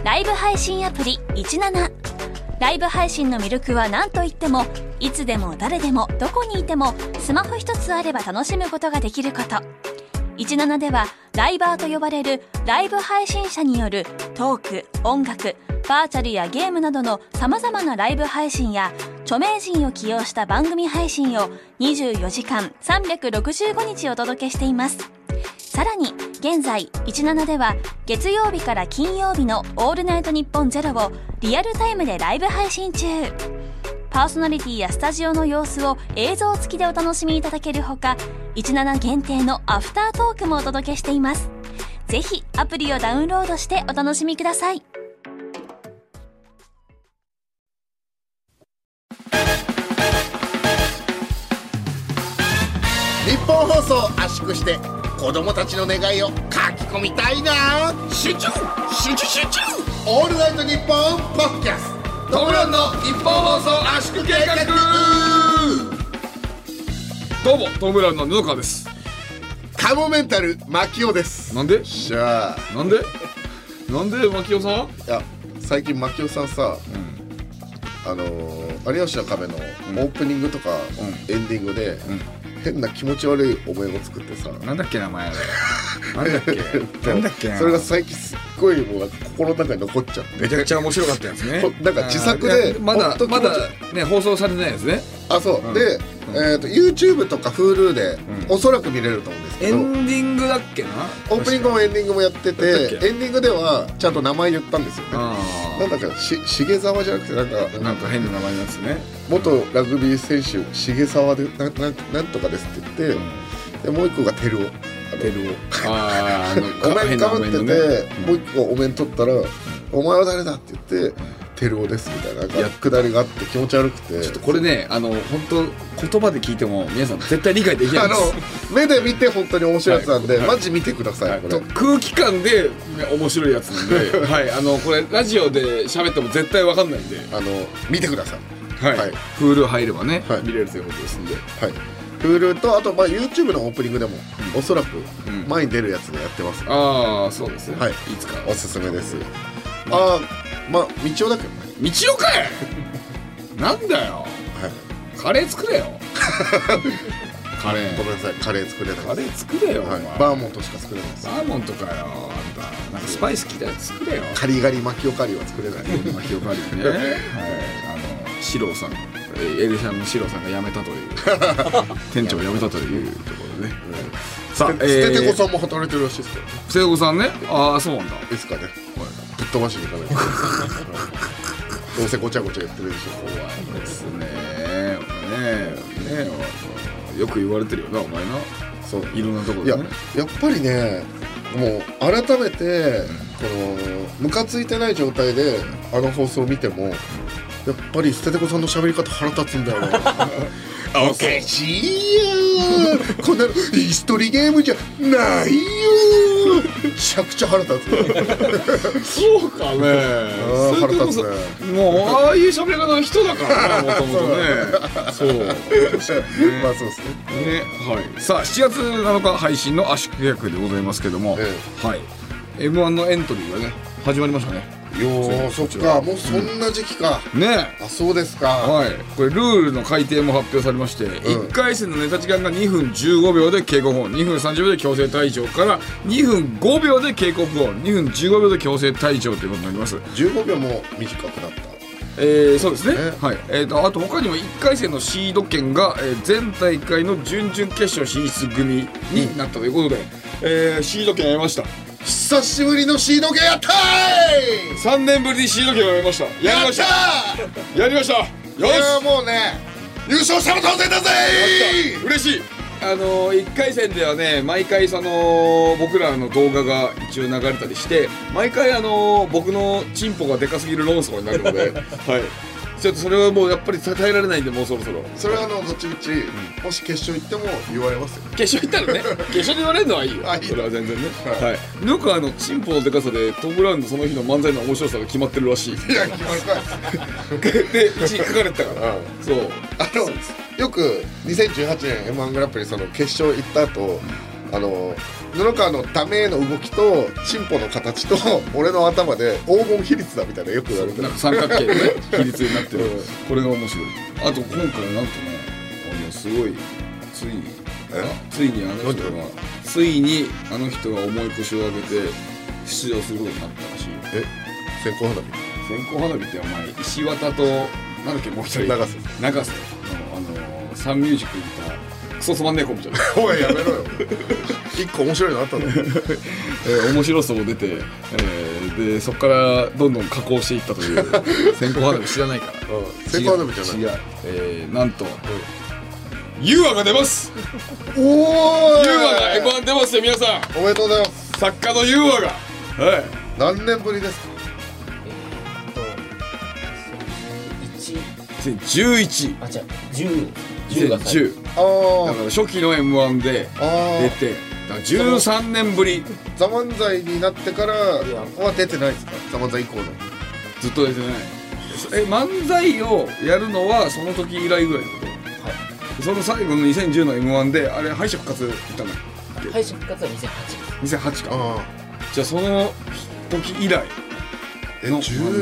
ライブ配信アプリ17。ライブ配信の魅力は何といっても、いつでも誰でもどこにいてもスマホ一つあれば楽しむことができること。17ではライバーと呼ばれるライブ配信者によるトーク、音楽、バーチャルやゲームなどの様々なライブ配信や著名人を起用した番組配信を24時間365日お届けしています。さらに現在17では月曜日から金曜日のオールナイトニッポンゼロをリアルタイムでライブ配信中。パーソナリティやスタジオの様子を映像付きでお楽しみいただけるほか、17限定のアフタートークもお届けしています。ぜひアプリをダウンロードしてお楽しみください。 日本放送圧縮して子供たちの願いを書き込みたいな。集中オールナイトニッポンポッドキャストトムランの日本放送圧縮計画。 どうもトムランの布川です。 カモメンタルマキオです。 なんでしゃあなんでマキオさん。 いや最近マキオさんさ、有吉の壁のオープニングとか、エンディングで、変な気持ち悪いお面を作ってさ、 なんだっけ名前あれなんだっけそれが最近すっごいもうなんか心の中に残っちゃって、 めちゃくちゃ面白かったやつねなんか自作でまだね放送されてないやつね。 あ、そう、で、YouTube とか Hulu でおそらく見れると思うんですけど、 エンディングだっけな。 オープニングもエンディングもやってて、エンディングではちゃんと名前言ったんですよね。なんだか重沢じゃなくてなんか変な名前のやつね。 元ラグビー選手重沢でなんとかですって言って、でもう一個が照夫お面かぶってて、もう一個お面取ったら、お前は誰だって言って、照夫ですみたいなくだりがあって気持ち悪くて、 ちょっとこれね本当言葉で聞いても皆さん絶対理解できないです。 目で見て本当に面白いやつなんで、マジ見てください。これ空気感で面白いやつなんでこれラジオで喋っても絶対わかんないんで見てください。 Hulu 入ればね見れるということですんで、 Hulu とあとYouTube のオープニングでもおそらく前に出るやつでやってます。 ああそうですね。いつかおすすめです。道夫だけどね。 道夫かいなんだよ、カレー作れよカレー、 ごめんなさい、カレー作れない。 カレー作れよ、 バーモントしか作れないです。 バーモントかよ、あんたなんかスパイス効いたやつ作れよ。 カリガリマキオカリーは作れない。 マキオカリーねシローさん、エルシャンのシローさんが辞めたという店長が辞めたというところでね。 さあ、ステテコさんも働いてるらしいですからね。 ステテコさんね。ああそうなんだ。 いつかねぶっ飛ばしに行かないとどうせごちゃごちゃ言ってるでしょ。 怖いですね。よく言われてるよなお前な。そういろんなところでね。 やっぱりね、もう改めてこのムカついてない状態で放送を見ても、やっぱりステテコさんの喋り方腹立つんだよなおかしいよこんなのイストリゲームじゃないよめちゃくちゃ腹立つそうかね。 腹立つね。 もうああいう喋り方の人だからね、もともとね。そうまあそうですね。さあ7月7日配信の圧縮計画でございますけども、M1 のエントリーがね始まりましたね。 そっか、もうそんな時期かね。 あ、そうですか。 これルールの改定も発表されまして、1回戦のネタ時間が2分15秒で警告音、2分30秒で強制退場から2分5秒で警告音、2分15秒で強制退場ということになります。 15秒も短くなった。 そうですね。あと他にも1回戦のシード権が全大会の準々決勝進出組になったということで、シード権を得ました。 久しぶりのシード権やったー。 3年ぶりにシード権を得ました。やりました。よし、 もうね優勝者も当然だぜー。嬉しい。1回戦ではね毎回その僕らの動画が一応流れたりして、毎回僕のチンポがでかすぎる論争になるのでちょっとそれはもうやっぱり耐えられないんで、もうそろそろそれはどっちみちもし決勝行っても言われますよ。 決勝行ったらね決勝で言われるのはいいよそれは全然ね。よくチンポのでかさでトム・ブラウンのその日の漫才の面白さが決まってるらしい。いや決まるかで1位書かれてたからそうよく2018年 M1 グランプリその決勝行った後布川のための動きとチンポの形と俺の頭で黄金比率だみたいなよく言われてる。 なんか三角形のね比率になってる、これが面白い。あと今回なんとねすごいついにあの人が重い腰を上げて出場することになったらしい。 線香花火。 線香花火ってお前石渡となんだっけもう一人長瀬のサンミュージックにいたクソつまんねえコンビじゃないおいやめろよ一個面白いのあったの面白さも出て、でそこからどんどん加工していったという線香花火知らないから線香花火じゃない違う、なんと、ユーアが出ます。 おーユーアが M1 出ますよ皆さん。 おめでとうございます。 作家のユーアが、はい、 何年ぶりですか ？2011。 あ、違う、10が最後。 だから初期の M1 で出て、だから13年ぶり。 ザ漫才になってからは出てないですか？ザ漫才以降のずっと出てない。漫才をやるのはその時以来ぐらいのこと？はい。その最後の2010の M1 であれ敗者復活行ったんだっけ？ 敗者復活は2008 か。じゃあその時以来の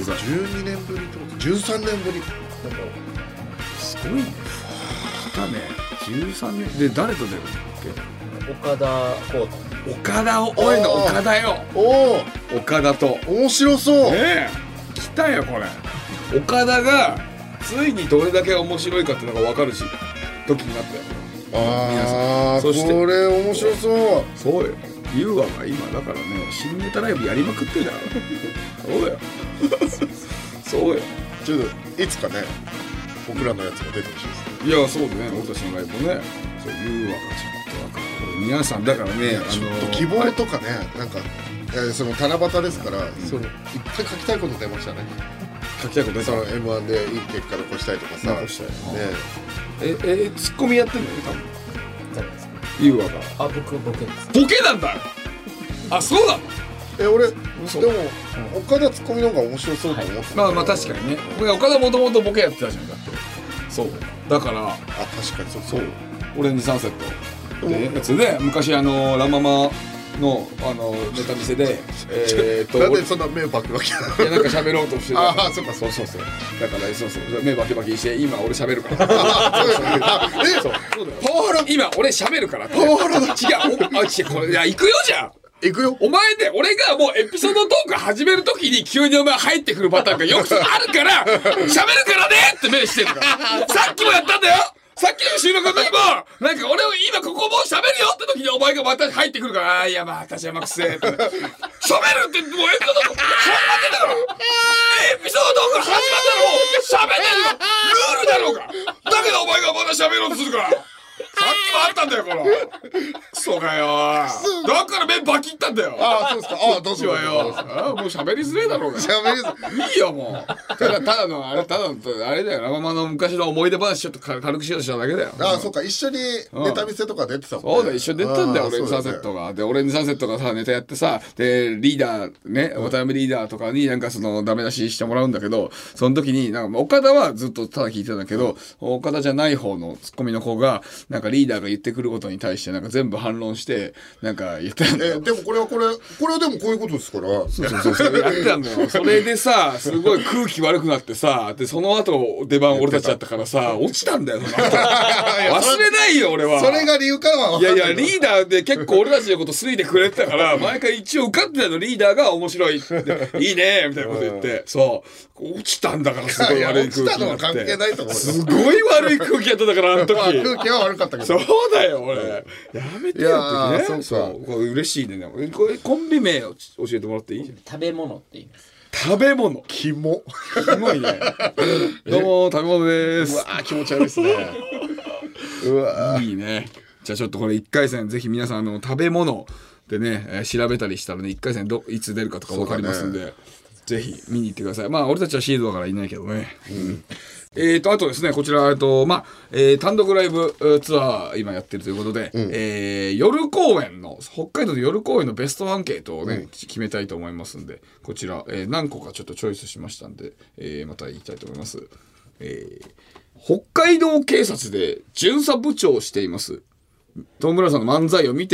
12年ぶりってこと？13年ぶり。 すごいね。来たね。13年で誰と出るんだっけ？ 岡田浩太。 岡田をおいの岡田よ。岡田と面白そう。 来たよこれ。岡田がついにどれだけ面白いかっていうのが分かるし時になったよ。皆さん。そしてこれ面白そう。 そうよ。ユーアが今だからね新ネタライブやりまくってるじゃん。そうよ。そうよ。 ちょっといつかね僕らのやつが出てほしいですね。 いやそうだね、俺たちのライブもね、そうユーアがちょっと分かる。これ皆さんだからね、 ちょっと希望とかね、なんかその七夕ですから、そのいっぱい書きたいこと出ましたね。 書きたいこと出たの M1 でいい結果残したいとかさ。 残したい。ね。ツッコミやってんのよ多分。 誰ですか？ ユーアが。 あ、僕ボケです。 ボケなんだ。あ、そうなの？ 俺でも岡田ツッコミの方が面白そうと思ってた。 まあ確かにね。岡田もともとボケやってたじゃんだって。そう。だから確かにそう。オレンジサンセットでやつで昔ラママのネタ見せでなんでそんな目バキバキいやなんか喋ろうとしてた。 ああそうかそうだからそう目バキバキして今俺喋るからそうだよ今俺喋るから違うこれいや行くよじゃん行くよ。 お前ね俺がもうエピソードトーク始めるときに急にお前入ってくるパターンがよくあるから喋るからねって目してるからさっきもやったんだよ。さっきの収録の時もなんか俺を今ここもう喋るよって時にお前がまた入ってくるからいやまあ私はまくせえって喋るってもうエピソードトーク始まってんだからエピソードトーク始まったらもう喋ってるのルールだろうがだけどお前がまた喋ろうとするからさっきもあったんだよこのクソがよだから目バキったんだよ。 そうですか。どうしようよ。 もう喋りづれえだろうがいいよもうただのあれだよラママの昔の思い出話ちょっと軽くしようとしただけだよ。 そうか一緒にネタ見せとか出てたもんね。 そうだ一緒に出てたんだよオレンジサンセットが。でオレンジサンセットがさネタやってさでリーダーね渡辺リーダーとかになんかそのダメ出ししてもらうんだけどその時になんか岡田はずっとただ聞いてたんだけど岡田じゃない方のツッコミの子がなんかリーダーが言ってくることに対してなんか全部反論してなんか言ってたんだよ。 でもこれはでもこういうことですから。 そうやってたんだよ。それでさすごい空気悪くなってさでその後出番俺たちだったからさ落ちたんだよ。その後忘れないよ俺は。 それが理由かは分かんない。 いやリーダーで結構俺たちのこと好いてくれてたから毎回一応受かってたのリーダーが面白いっていいねみたいなこと言ってそう落ちたんだからすごい悪い空気になって。落ちたのは関係ないと思う。すごい悪い空気やったからあの時空気は悪かったけど。 そうだよ俺やめてよってね。そうこれ嬉しいね。これコンビ名を教えてもらっていいじゃん。 食べ物って言います。 食べ物キモキモいねどうも食べ物です。 うわ気持ち悪いですねうわいいね。じゃあちょっとこれ1回戦ぜひ皆さん食べ物でね、調べたりしたらね1回戦いつ出るかとか分かりますんで、ぜひ見に行ってください。まあ俺たちはシードだからいないけどね、あとですねこちら単独ライブツアー今やってるということで、夜公演の北海道の夜公演のベストアンケートをね、決めたいと思いますんでこちら、何個かちょっとチョイスしましたんで、また言いたいと思います。北海道警察で巡査部長をしています戸村さんの漫才を見て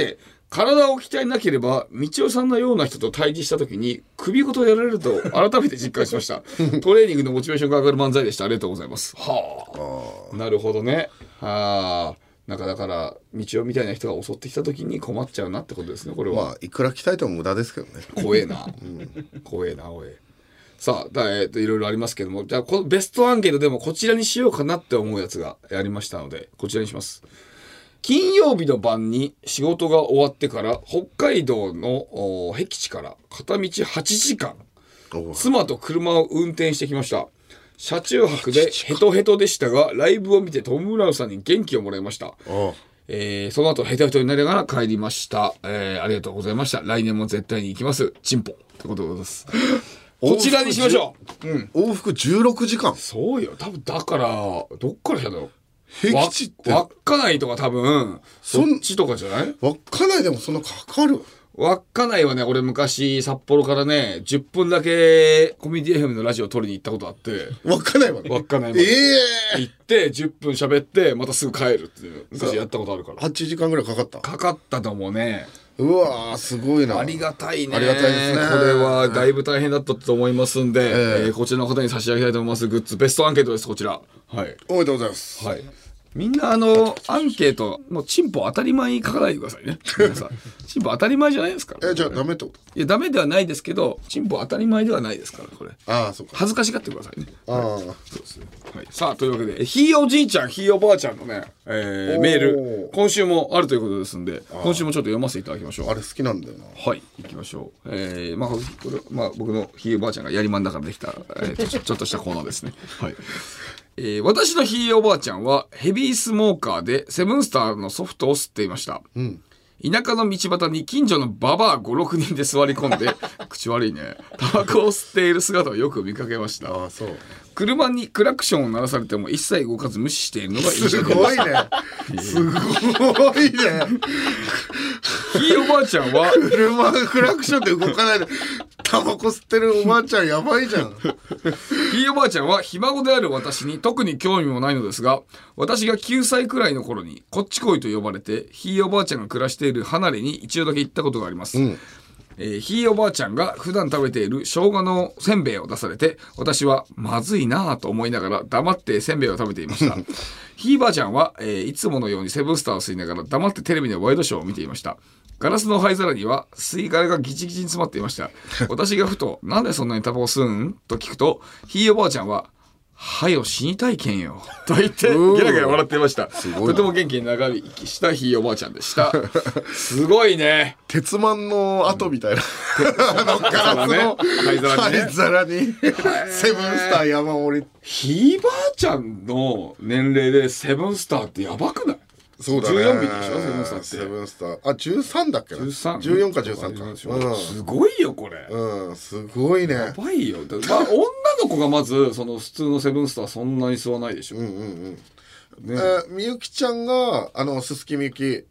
体を鍛えなければ道夫さんのような人と対峙した時に首ごとやられると改めて実感しましたトレーニングのモチベーションが上がる漫才でした。ありがとうございます。はあ、なるほどね。はあ、なんかだから道夫みたいな人が襲ってきた時に困っちゃうなってことですね。これはまあいくら鍛えても無駄ですけどね。 怖えな、怖えなおい。さあいろいろありますけども、じゃあこのベストアンケートでもこちらにしようかなって思うやつがありましたのでこちらにします。金曜日の晩に仕事が終わってから北海道の僻地から片道8時間妻と車を運転してきました。車中泊でヘトヘトでしたがライブを見てトム・ブラウンさんに元気をもらいました。その後ヘトヘトになりながら帰りました。ありがとうございました。来年も絶対に行きます。チンポってことでございますこちらにしましょう。 往復16時間。 そうよ。多分だからどっから来たの。 僻地って稚内とか多分そっちとかじゃない。 稚内でもそんなかかる。 稚内はね、俺昔札幌からね10分だけコミュニティ FM のラジオを撮りに行ったことあって、 稚内まで稚内まで行って10分喋ってまたすぐ帰るっていう昔やったことあるから。 8時間ぐらいかかった。 かかったと思うね。 うわーすごいな。 ありがたいね。 ありがたいですね。 これはだいぶ大変だったと思いますんで、こちらの方に差し上げたいと思います。グッズベストアンケートです。こちら。はい。 おめでとうございます。 はい。みんなアンケートのチンポ当たり前に書かないでくださいね。皆さんチンポ当たり前じゃないですから、 じゃあダメってこと。 いやダメではないですけどチンポ当たり前ではないですからこれ。 ああそうか。 恥ずかしがってくださいね。 そうですね。はい。さあというわけでひいおじいちゃんひいおばあちゃんのね、メール今週もあるということですんで今週もちょっと読ませていただきましょう。 あれ好きなんだよな。 はい行きましょう。まあこれ僕のひいおばあちゃんがやりまんだからできた、ちょっとしたコーナーですね。はい。私のひいおばあちゃんはヘビースモーカーでセブンスターのソフトを吸っていました。田舎の道端に近所のババア 5,6 人で座り込んで口悪いねタバコを吸っている姿をよく見かけました。 あそう。 車にクラクションを鳴らされても一切動かず無視しているのが印象す的です。 ごいね。すごいね。 ひいおばあちゃんは車がクラクションで動かないでタバコ吸ってるおばあちゃんやばいじゃん。 ひいおばあちゃんはひ孫である私に特に興味もないのですが私が9歳くらいの頃にこっち来いと呼ばれてひいおばあちゃんが暮らしている離れに一度だけ行ったことがあります。ひいおばあちゃんが普段食べている生姜のせんべいを出されて私はまずいなぁと思いながら黙ってせんべいを食べていました。ひいばあちゃんは、いつものようにセブンスターを吸いながら黙ってテレビのワイドショーを見ていました。ガラスの灰皿には吸い殻がギチギチに詰まっていました。私がふとなんでそんなにタバコ吸うんと聞くとひいおばあちゃんははよ死にたいけんよと言ってゲラゲラ笑っていました。とても元気に長生きしたひいおばあちゃんでした。すごいね。 鉄マンの跡みたいな、ガラスの灰皿にセブンスター山盛り。 ひいばあちゃんの年齢でセブンスターってやばくない？ そうだね。 14ミリでしょセブンスターって。 セブンスター13だっけな。14か13か。 すごいよこれ。 すごいね。 やばいよ。女の子がまずその普通のセブンスターそんなに吸わないでしょ。 みゆきちゃんがすすきみゆき、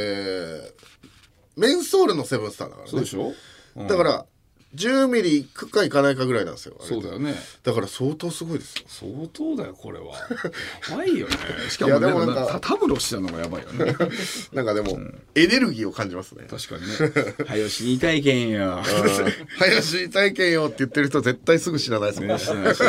メンソールのセブンスターだからね。 そうでしょ。 だから10ミリいくかいかないかぐらいなんですよ。 そうだよね。 だから相当すごいですよ。 相当だよこれは。やばいよね。しかもでもなんかタブロしたのがやばいよね。 なんかでもエネルギーを感じますね。 確かにね。はよ死にたいけんよ。 はよ死にたいけんよって言ってる人絶対すぐ死なないですもんね。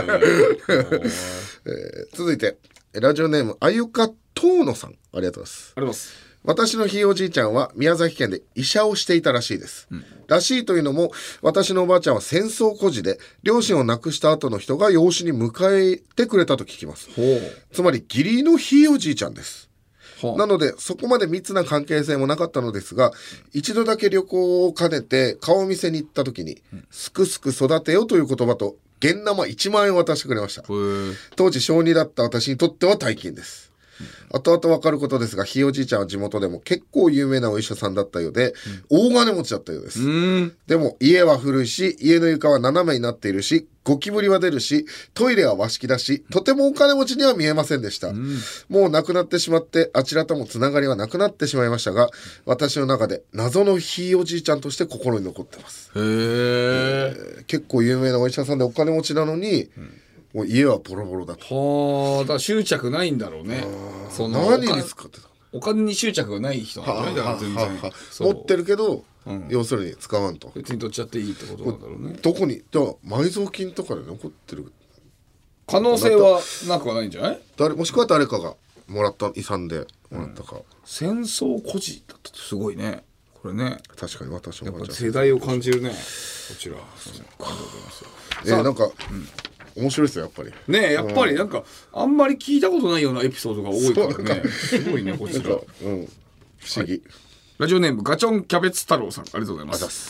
続いてラジオネームあゆかとうのさん、ありがとうございます。 あります。 私のひいおじいちゃんは宮崎県で医者をしていたらしいです。らしいというのも私のおばあちゃんは戦争孤児で両親を亡くした後の人が養子に迎えてくれたと聞きます。つまり義理のひいおじいちゃんです。なのでそこまで密な関係性もなかったのですが、一度だけ旅行を兼ねて顔見せに行った時に、すくすく育てよという言葉と現生1万円を渡してくれました。当時小2だった私にとっては大金です。後々分かることですが、ひいおじいちゃんは地元でも結構有名なお医者さんだったようで、大金持ちだったようです。でも家は古いし、家の床は斜めになっているし、ゴキブリは出るし、トイレは和式だし、とてもお金持ちには見えませんでした。もう亡くなってしまって、あちらともつながりはなくなってしまいましたが、私の中で謎のひいおじいちゃんとして心に残ってます。結構有名なお医者さんでお金持ちなのに、もう家はボロボロだと。 はあ、だから執着ないんだろうね。 何に使ってた？ お金に執着がない人なんじゃないだから全然持ってるけど、要するに使わんと。 別にどっちだっていいってことなんだろうね。 どこにじゃあ埋蔵金とかで残ってる可能性はなくはないんじゃない？ もしくは誰かがもらった遺産でもらったか、 戦争孤児だったってすごいねこれね。 確かに私もやっぱ世代を感じるねこちら。すいません、ありがとうございます。 なんか、面白いですよやっぱりね。やっぱりなんかあんまり聞いたことないようなエピソードが多いからね。すごいねこちら。 不思議。 ラジオネームガチョンキャベツ太郎さん、ありがとうございます。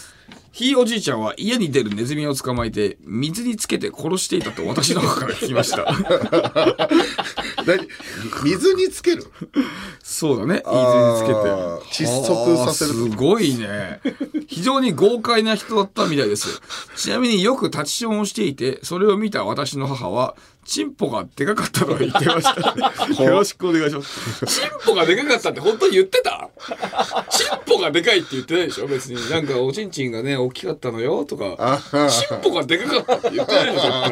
ひいおじいちゃんは家に出るネズミを捕まえて水につけて殺していたと私の母から聞きました。 水につける？ そうだね、水につけて窒息させる。 すごいね。非常に豪快な人だったみたいです。ちなみによく立ちションをしていて、それを見た私の母はチンポがでかかったと言ってました。よろしくお願いします。チンポがでかかったって本当に言ってた？チンポがでかいって言ってないでしょ別に。なんかおちんちんがね大きかったのよとか、チンポがでかかったって言ってないでしょ絶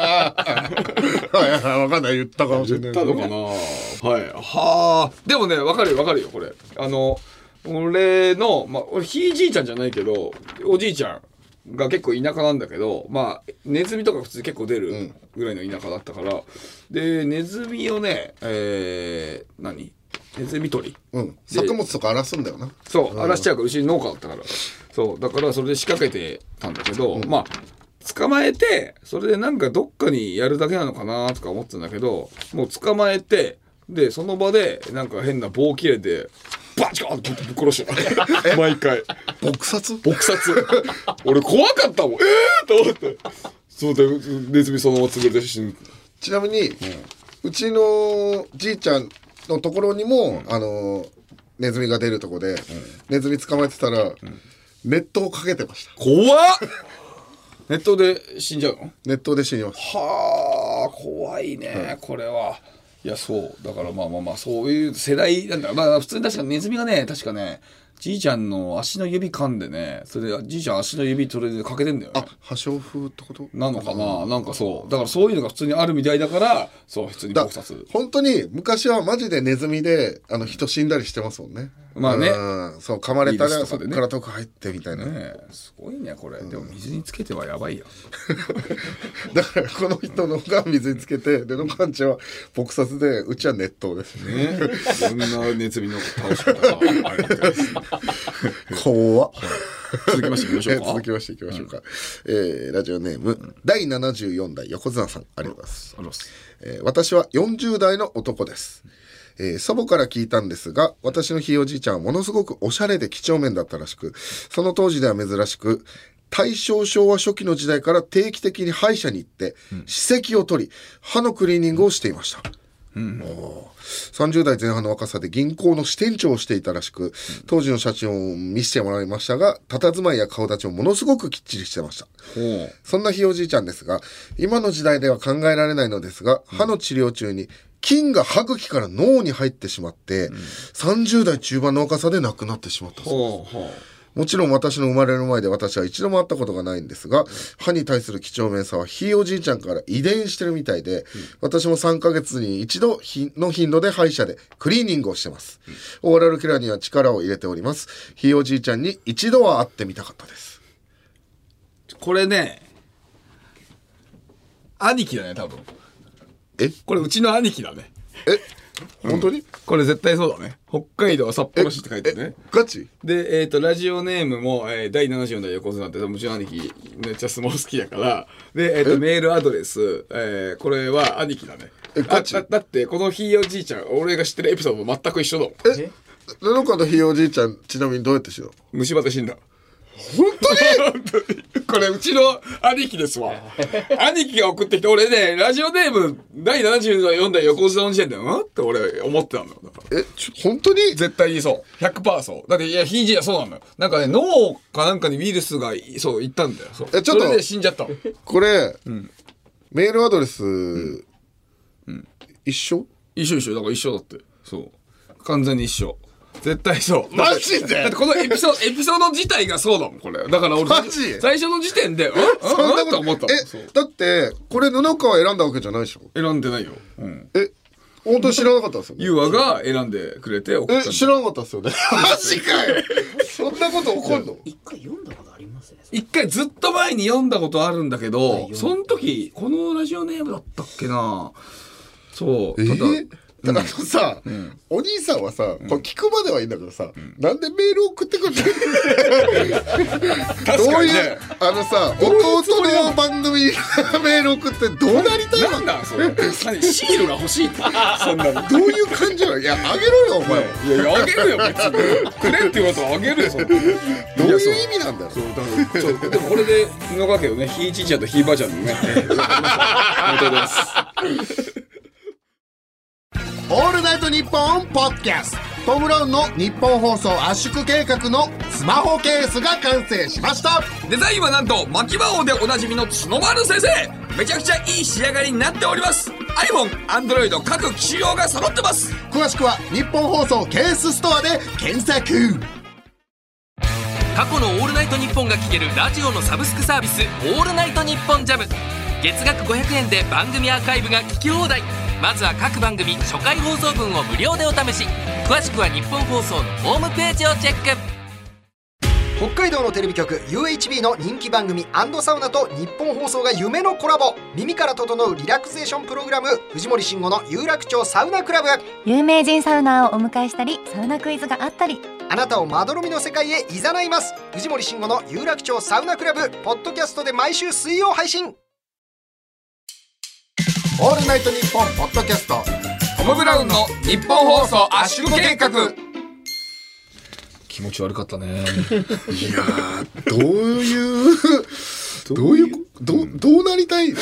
対。 わかんない、言ったかもしれない。 言ったのかな。はい。はあ。でもね、わかるよこれ。俺の俺ひいじいちゃんじゃないけどおじいちゃんが結構田舎なんだけど、ネズミとか普通に結構出るぐらいの田舎だったから、でネズミをね、ネズミ取り、 作物とか荒らすんだよな。 そう荒らしちゃうから、うち農家だったから、そうだからそれで仕掛けてたんだけど、捕まえてそれでなんかどっかにやるだけなのかなとか思ってたんだけど、もう捕まえてでその場でなんか変な棒切れてバチコーンってぶっ殺して毎回撲殺俺怖かったもんと思って。そうだよ、ネズミそのまま潰れて死ぬ。 ちなみに、うちのじいちゃんのところにも、ネズミが出るとこで、ネズミ捕まえてたら、熱湯をかけてました。 怖っ。熱湯で死んじゃうの？ 熱湯で死にます。 はあ、怖いね、これは。いやそうだからそういう世代なんだ。普通に確かネズミがね、確かねじいちゃんの足の指噛んでね、それでじいちゃん足の指それでかけてんだよね。 破傷風ってことなのかな。なんかそうだからそういうのが普通にあるみたいだから、そう普通に撲殺。 本当に昔はマジでネズミで人死んだりしてますもんね。そう噛まれたらそこから毒入ってみたいな。 すごいねこれ。でも水につけてはやばいよ。 だからこの人のが水につけて、でのかんちは撲殺で、うちは熱湯ですね。 いろんなネズミの倒し方があるみたいですね。 怖っ。 続きましていきましょうか。 続きましていきましょうか。ラジオネーム、第74代横綱さん、ありがとうございます。私は40代の男です。祖母から聞いたんですが、私のひいおじいちゃんはものすごくおしゃれで几帳面だったらしく、その当時では珍しく、大正昭和初期の時代から定期的に歯医者に行って歯石を取り歯のクリーニングをしていました。30代前半の若さで銀行の支店長をしていたらしく、当時の写真を見せてもらいましたが、佇まいや顔立ちもものすごくきっちりしてました。そんなひいおじいちゃんですが、今の時代では考えられないのですが、歯の治療中に菌が歯茎から脳に入ってしまって、30代中盤の若さで亡くなってしまったそうです。もちろん私の生まれる前で私は一度も会ったことがないんですが、歯に対する几帳面さはひいおじいちゃんから遺伝してるみたいで、私も3ヶ月に一度の頻度で歯医者でクリーニングをしてます。オーラルケアには力を入れております。ひいおじいちゃんに一度は会ってみたかったです。 これね、兄貴だね多分。これうちの兄貴だね。 本当に？ これ絶対そうだね。北海道札幌市って書いてるね。 ガチ？ で、ラジオネームも、第74代横綱って、うちの兄貴めっちゃ相撲好きだから、で、メールアドレス、これは兄貴だね。 ガチ？ だって、このひいおじいちゃん、俺が知ってるエピソード全く一緒だもん。 どのかのひいおじいちゃん、ちなみにどうやって死ぬの？ 虫歯で死んだ。 本当にこれうちの兄貴ですわ。兄貴が送ってきて、俺ねラジオネーム第74代横綱の時点でって俺思ってたんだよ。だから本当に絶対にそう 100% そうだって。いやひいじいはそうなんだよ。なんかね脳かなんかにウイルスがそういったんだよ。そうちょっとそれで死んじゃったの。 これ、メールアドレス、一緒だから一緒だって。そう完全に一緒。絶対そう。 マジで？ だってこのエピソード自体がそうだもんこれ。だから俺最初の時点でそんなこと思ったもん。 だってこれ布川選んだわけじゃないでしょ？ 選んでないよ。 本当に知らなかったですよね。 ユーアが選んでくれて送ったんだ。 知らなかったですよね。マジかよ。そんなこと起こんの？ 一回読んだことありますね。 一回ずっと前に読んだことあるんだけど、その時このラジオネームだったっけな。そう。 だからさ、お兄さんはさ、これ聞くまではいいんだけどさ、なんでメール送ってくるの？どういうさ、弟の番組にメール送ってどうなりたいの？ なんだそれ。シールが欲しいって。そんなの。 どういう感じなの？いや、あげろよお前。 いやあげるよ別に。くれって言われたらあげるよそれ。どういう意味なんだよ。 そうでもこれでのがけどね、ひいちいちゃんとひいばあちゃんのね。本当です。 オールナイトニッポンポッドキャスト、トム・ブラウンの日本放送圧縮計画のスマホケースが完成しました。 デザインはなんと牧場王でおなじみの角丸先生。めちゃくちゃいい仕上がりになっております。 iPhone、Android 各機種用が揃ってます。 詳しくは日本放送ケースストアで検索。 過去のオールナイトニッポンが聴けるラジオのサブスクサービス、オールナイトニッポンジャム。月額500円で番組アーカイブが聞き放題。まずは各番組初回放送分を無料でお試し。詳しくは日本放送のホームページをチェック。 北海道のテレビ局 UHB の人気番組&サウナと日本放送が夢のコラボ。耳から整うリラクゼーションプログラム、藤森慎吾の有楽町サウナクラブ。 有名人サウナーをお迎えしたり、サウナクイズがあったり、 あなたをまどろみの世界へ誘います。藤森慎吾の有楽町サウナクラブ、ポッドキャストで毎週水曜配信。 オールナイトニッポンポッドキャスト、 トム・ブラウンの日本放送圧縮計画。気持ち悪かったね。 いやー、どうなりたい？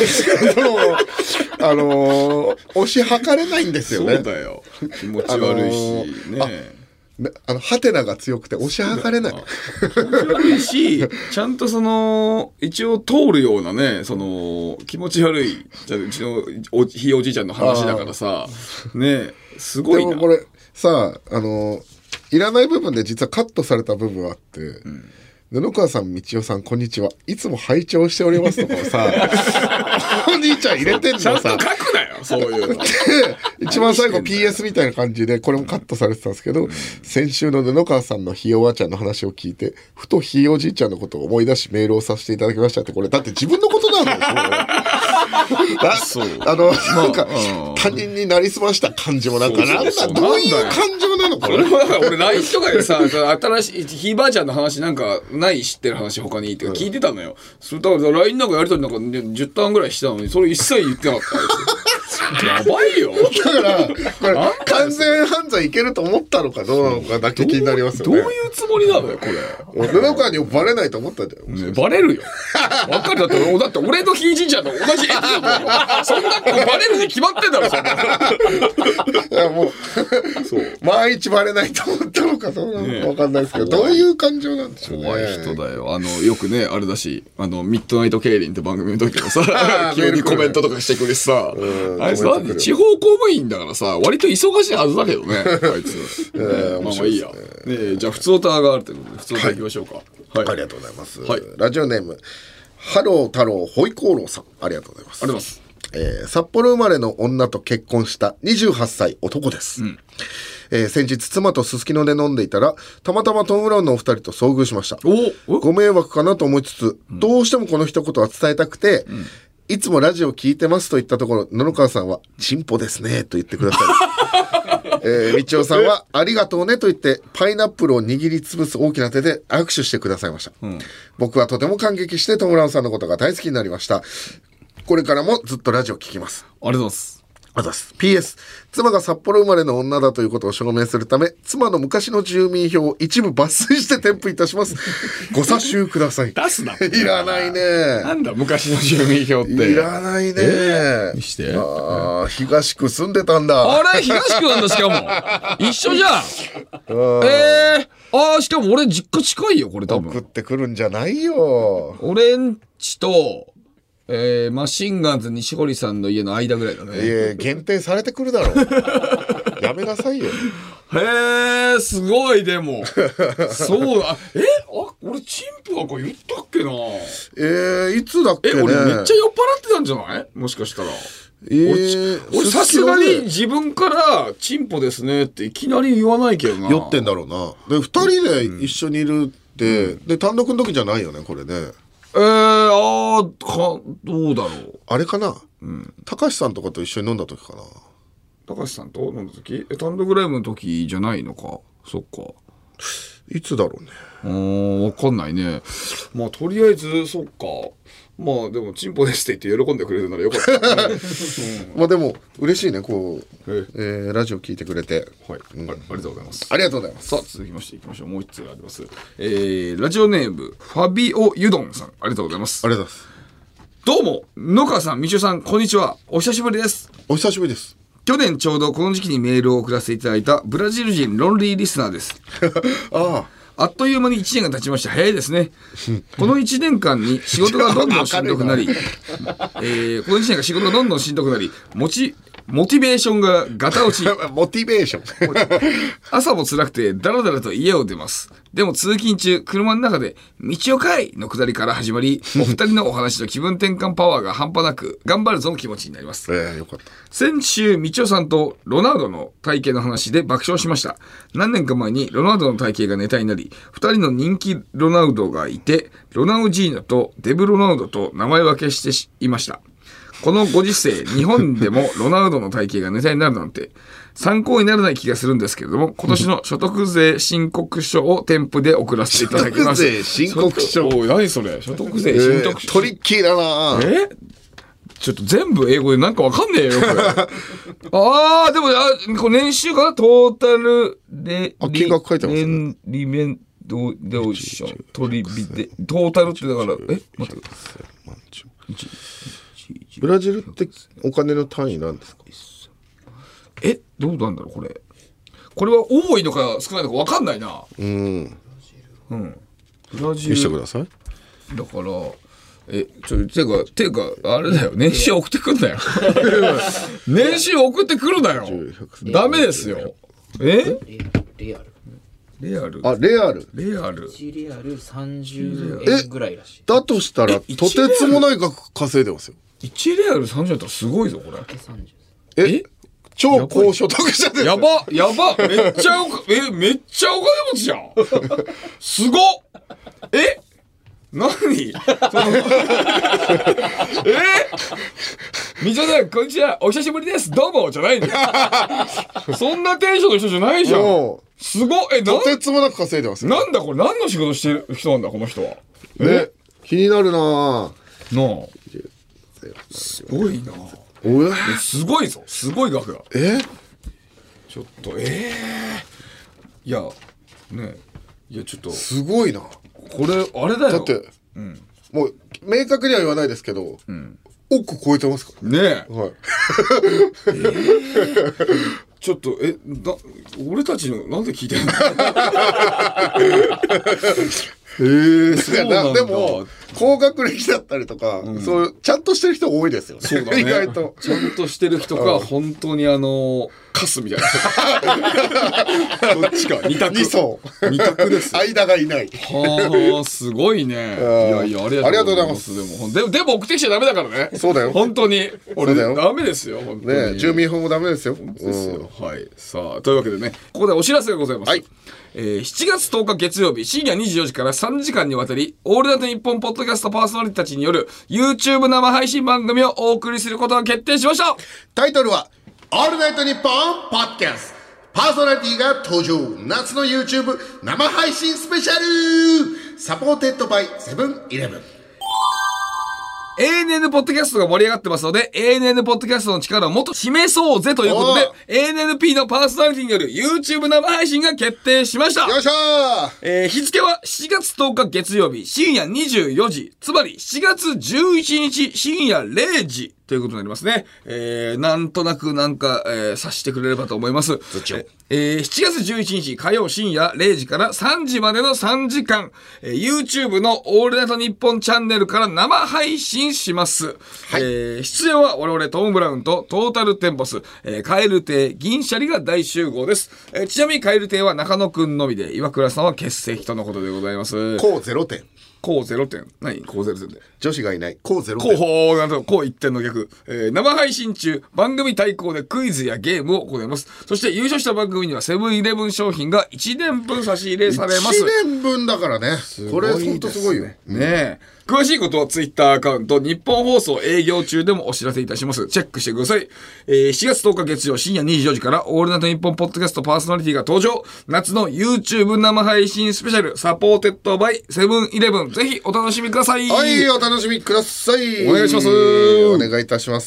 推し量れないんですよね。 そうだよ。気持ち悪いしね。 ハテナが強くて押し量れない。 悪いし、ちゃんと一応通るようなね、気持ち悪い、じゃうちのひいおじいちゃんの話だからさ、ね、すごいな。 でもこれさ、いらない部分で実はカットされた部分があって、布川さん、道夫さん、こんにちは。いつも拝聴しておりますとかをさ、お兄ちゃん入れてんのさ。 ちゃんと書くなよ、そういうの。 一番最後 PS みたいな感じで、これもカットされてたんですけど、先週の布川さんのひいおばあちゃんの話を聞いて、ふとひいおじいちゃんのことを思い出しメールをさせていただきましたって、これだって自分のことなんだよ。なんか、他人になりすました感じもなんか、どういう感情なのこれ。 俺 LINE とかでさ、新しいひいばあちゃんの話なんかない知ってる話他にって聞いてたのよ。それだから LINE なんかやりとりなんか10ターンぐらいしたのに、それ一切言ってなかった。やばいよ。 だからこれ完全犯罪いけると思ったのかどうなのかだけ気になりますよね。 どういうつもりなのよこれ。 布川にもバレないと思ったんだよ。 バレるよ。わかる。だって俺のひいじいちゃんと同じエピソードだよ。そんなバレるに決まってんだろそんな。 いやもう毎日バレないと思ったのかどうなのかわかんないですけど、どういう感情なんでしょうね。 怖い人だよ。よくねあれだし、ミッドナイト競輪って番組の時もさ、急にコメントとかしてくるしさ、あいつは地方公務員だからさ、割と忙しいはずだけどね、あいつ。まあまあいいや。じゃあ普通オタがあるということで普通オタ行きましょうか。 ありがとうございます。ラジオネームハロー太郎ホイコーローさん、ありがとうございます。 ありがとうございます。 札幌生まれの女と結婚した28歳男です。先日妻とすすきので飲んでいたらたまたまトム・ブラウンのお二人と遭遇しました。ご迷惑かなと思いつつ、どうしてもこの一言は伝えたくて、いつもラジオ聞いてますと言ったところ、布川さんはチンポですねと言ってください。道夫さんはありがとうねと言ってパイナップルを握りつぶす大きな手で握手してくださいました。僕はとても感激してトム・ブラウンさんのことが大好きになりました。これからもずっとラジオ聞きます。 ありがとうございます。 PS、妻が札幌生まれの女だということを証明するため、妻の昔の住民票を一部抜粋して添付いたします。ご査集ください。 出すな。 いらないね。 なんだ昔の住民票って。 いらないね。 見して。 東区住んでたんだ。 あれ東区なんだしかも。一緒じゃん。しかも俺実家近いよこれ多分。 送ってくるんじゃないよ。 俺んちと。マシンガンズ西堀さんの家の間ぐらいだね。 限定されてくるだろう。やめなさいよ。 へえ、すごいでも。そうだ。俺チンポなんか言ったっけな。 いつだっけね。 俺めっちゃ酔っ払ってたんじゃない？もしかしたら。 俺さすがに自分からチンポですねっていきなり言わないけどな。 酔ってんだろうな。で2人で一緒にいるって、で単独の時じゃないよねこれね。 どうだろう。 あれかな、高橋さんとかと一緒に飲んだ時かな。 高橋さんと飲んだ時、単独ライブの時じゃないのか。そっか。 いつだろうね。 わかんないね。まあとりあえずそっか。まあでもチンポですって言って喜んでくれるならよかった、ね。 まあでも嬉しいねこう、ラジオ聞いてくれて。 はい、ありがとうございます。 ありがとうございます。 さあ続きましていきましょう。もう一つあります。ラジオネームファビオユドンさん、ありがとうございます。 ありがとうございます。 どうも野川さん、みちおさん、こんにちは。お久しぶりです。 お久しぶりです。 去年ちょうどこの時期にメールを送らせていただいたブラジル人ロンリーリスナーです。あっという間に1年が経ちました。早いですね。この1年間に仕事がどんどんしんどくなり、この1年が仕事がどんどんしんどくなり、モチベーションがガタ落ち。 モチベーション。 朝も辛くてダラダラと家を出ます。でも通勤中、車の中で道をかいの下りから始まり、お二人のお話と気分転換パワーが半端なく頑張るぞの気持ちになります。 よかった。 先週、みちおさんとロナウドの体型の話で爆笑しました。何年か前にロナウドの体型がネタになり、二人の人気ロナウドがいて、ロナウジーノとデブロナウドと名前分けしていました。このご時世、日本でもロナウドの体型がネタになるなんて参考にならない気がするんですけれども、今年の所得税申告書を添付で送らせていただきます。 所得税申告書。 おい、何それ。所得税申告書。 トリッキーだな。 ちょっと全部英語でなんかわかんねえよ、これ。でも、これ年収かな、トータルで、 金額書いてますね。 リメンドオーション、トリビで、トータルってだから、待ってください。 ブラジルってお金の単位なんですか？ どうなんだろう、これ。これは多いのか少ないのかわかんないな。ブラジル。 見せてください。 だから、ていうか、あれだよ、年収送ってくんなよ。年収送ってくるなよ。ダメですよ。 レアル。 レアル。 レアル。 レアル30円ぐらいらしい。 だとしたら、とてつもない額稼いでますよ。 1レアル30円だったらすごいぞ、これ。 超高所得者です。 やばめっちゃお金持ちじゃん。すごっ。何みちおさん、こんにちは。お久しぶりです。どうも。じゃないんだよ。そんなテンションの人じゃないじゃん。すごっ。 とてつもなく稼いでますよ。 なんだこれ、何の仕事してる人なんだ、この人は。 気になるな。 すごいな。すごいぞ。すごい額だ。ちょっと、いや、ちょっと。すごいな。 これ、あれだよ。 だって、もう、明確には言わないですけど、億超えてますからね。 はい。 ちょっと、俺たちの、なんで聞いてんの？ でも高学歴だったりとか、そうちゃんとしてる人多いですよね。 そうだね。 意外とちゃんとしてる人か、本当にカスみたいな。どっちか。二択です。 間がいない。 すごいね。いや、ありがとうございます。でも送ってきちゃダメだからね。 そうだよ。 本当に。俺ダメですよ。本当に。 住民票もダメですよ。 はい。さあ、というわけでね、ここでお知らせがございます。7月10日月曜日深夜24時から3時間にわたりオールナイトニッポンポッドキャストパーソナリティたちによる YouTube 生配信番組をお送りすることが決定しました。 タイトルはオールナイトニッポンポッドキャストパーソナリティが登場夏の YouTube 生配信スペシャルサポーテッドバイセブンイレブン。 ANN ポッドキャストが盛り上がってますので ANN ポッドキャストの力をもっと示そうぜということで ANNP のパーソナリティによる YouTube 生配信が決定しました。 よいしょー。日付は7月10日月曜日深夜24時、つまり7月11日深夜0時ということになりますね。なんとなく察してくれればと思います。7月11日火曜深夜0時から3時までの3時間、YouTube のオールナイトニッポンチャンネルから生配信します。出演は我々トム・ブラウンとトータルテンボス、カエル亭、銀シャリが大集合です。ちなみにカエル亭は中野くんのみで、岩倉さんは欠席とのことでございます。 こう0点。 こう0点。何こう0点で。 女子がいない。こう0 こう点。 なんとこう1点の逆、生配信中番組対抗でクイズやゲームを行います。そして優勝した番組にはセブンイレブン商品が1年分差し入れされます。 1年分だからね。これほんとすごいよ。 ねえ。詳しいことはツイッターアカウント日本放送営業中でもお知らせいたします。チェックしてください。7月10日月曜深夜24時からオールナイトニッポンポッドキャストパーソナリティが登場。夏の YouTube 生配信スペシャルサポーテッドバイセブンイレブン。ぜひお楽しみください。 はい、お楽しみください。 お願いします。 お願いいたします。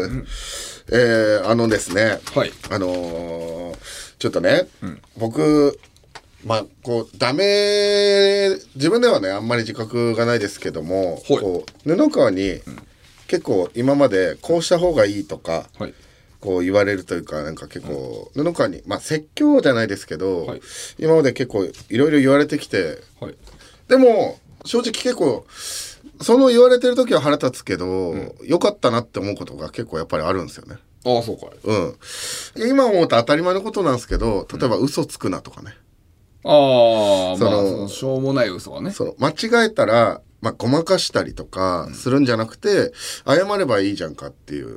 ですね。 はい。 ちょっとね、僕、こう、自分ではね、あんまり自覚がないですけども、こう、布川に、結構今までこうした方がいいとか、こう言われるというか、なんか結構、布川に、説教じゃないですけど、今まで結構いろいろ言われてきて、でも、正直結構、その言われてる時は腹立つけど、良かったなって思うことが結構やっぱりあるんですよね。 ああ、そうかい。 今思うと当たり前のことなんですけど、例えば嘘つくなとかね。 ああ、しょうもない嘘はね。 間違えたら、ごまかしたりとかするんじゃなくて、謝ればいいじゃんかっていう、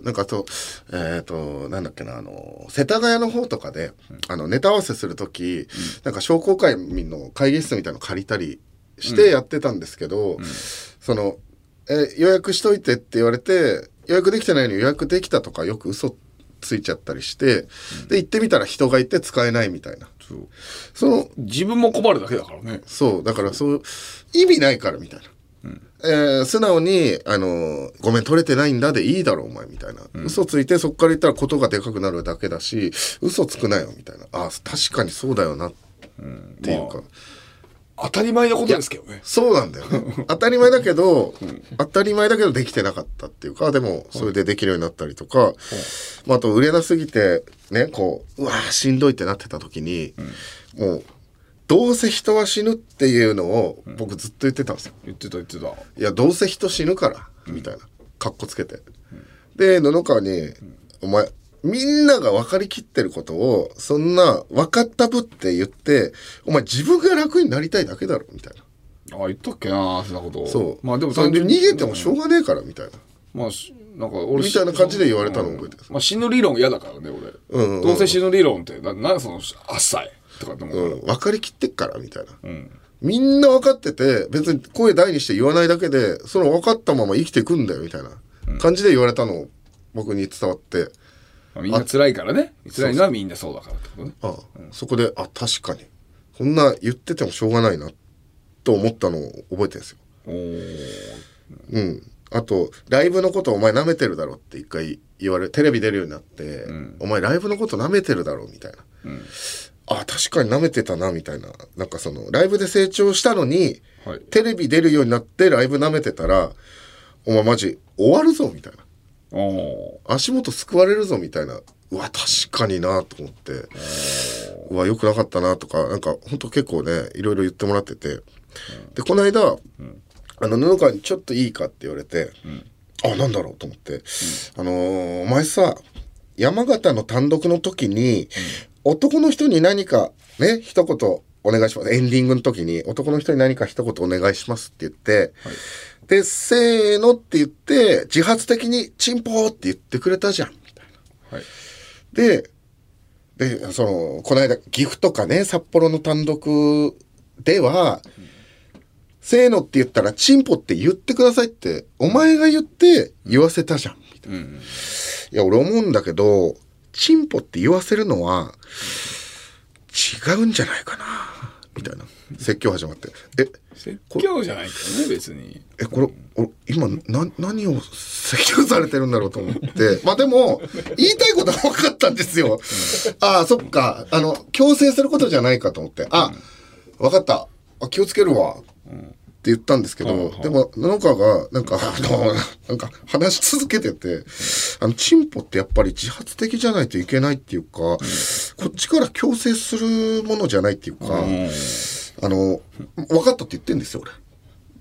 なんかなんだっけな、世田谷の方とかで、ネタ合わせするとき、なんか商工会民の会議室みたいなの借りたりしてやってたんですけど、予約しといてって言われて、予約できてないのに予約できたとかよく嘘ついちゃったりして、で、行ってみたら人がいて使えないみたいな。 自分も困るだけだからね。 そう、だから意味ないからみたいな。素直に、ごめん取れてないんだでいいだろお前みたいな。嘘ついてそっから言ったらことがでかくなるだけだし、嘘つくなよみたいな。あ、確かにそうだよなっていうか。 当たり前のことですけどね。 そうなんだよね。当たり前だけど、できてなかったっていうか、でもそれでできるようになったりとか、あと売れなすぎてね、こう、うわーしんどいってなってた時に、もうどうせ人は死ぬっていうのを僕ずっと言ってたんですよ。 言ってた。いや、どうせ人死ぬからみたいな、かっこつけて。で、布川に、お前みんなが分かりきってることをそんな分かったぶって言って、お前自分が楽になりたいだけだろみたいな。 ああ、言ったっけな、そんなこと。 そう。 でもそれで逃げてもしょうがねえからみたいな。 なんか俺みたいな感じで言われたのを覚えてる。 死ぬ理論嫌だからね俺。どうせ死ぬ理論ってなんその浅いとかでも。 分かりきってっからみたいな。みんな分かってて別に声大にして言わないだけでその分かったまま生きていくんだよみたいな感じで言われたのを僕に伝わって。 みんな辛いからね。辛いのはみんなそうだからってことね。 そこで確かにこんな言っててもしょうがないなと思ったのを覚えてるんですよ。あとライブのことお前舐めてるだろって一回言われ、テレビ出るようになって、お前ライブのこと舐めてるだろみたいな。確かに舐めてたなみたいな。なんかライブで成長したのに、テレビ出るようになってライブ舐めてたらお前マジ終わるぞみたいな。足元救われるぞみたいな。うわ確かになと思って、うわ良くなかったなとか、なんかほんと結構ねいろいろ言ってもらってて、でこの間、布川にちょっといいかって言われて、なんだろうと思って、お前さ山形の単独の時に、男の人に何かね一言お願いします、エンディングの時に男の人に何か一言お願いしますって言って、でせーのって言って自発的にチンポーって言ってくれたじゃんみたいな。でこの間岐阜とかね札幌の単独では、せーのって言ったらチンポって言ってくださいってお前が言って言わせたじゃんみたいな。いや俺思うんだけどチンポって言わせるのは違うんじゃないかなみたいな説教始まって、 説教じゃないけどね別に。 これ俺今何を説教されてるんだろうと思ってでも言いたいことは分かったんですよ。そっか強制することじゃないかと思って、分かった、気をつけるわって言ったんですけど、でも布川がなんか話し続けてて、チンポってやっぱり自発的じゃないといけないっていうか、こっちから強制するものじゃないっていうか、分かったって言ってんですよ俺。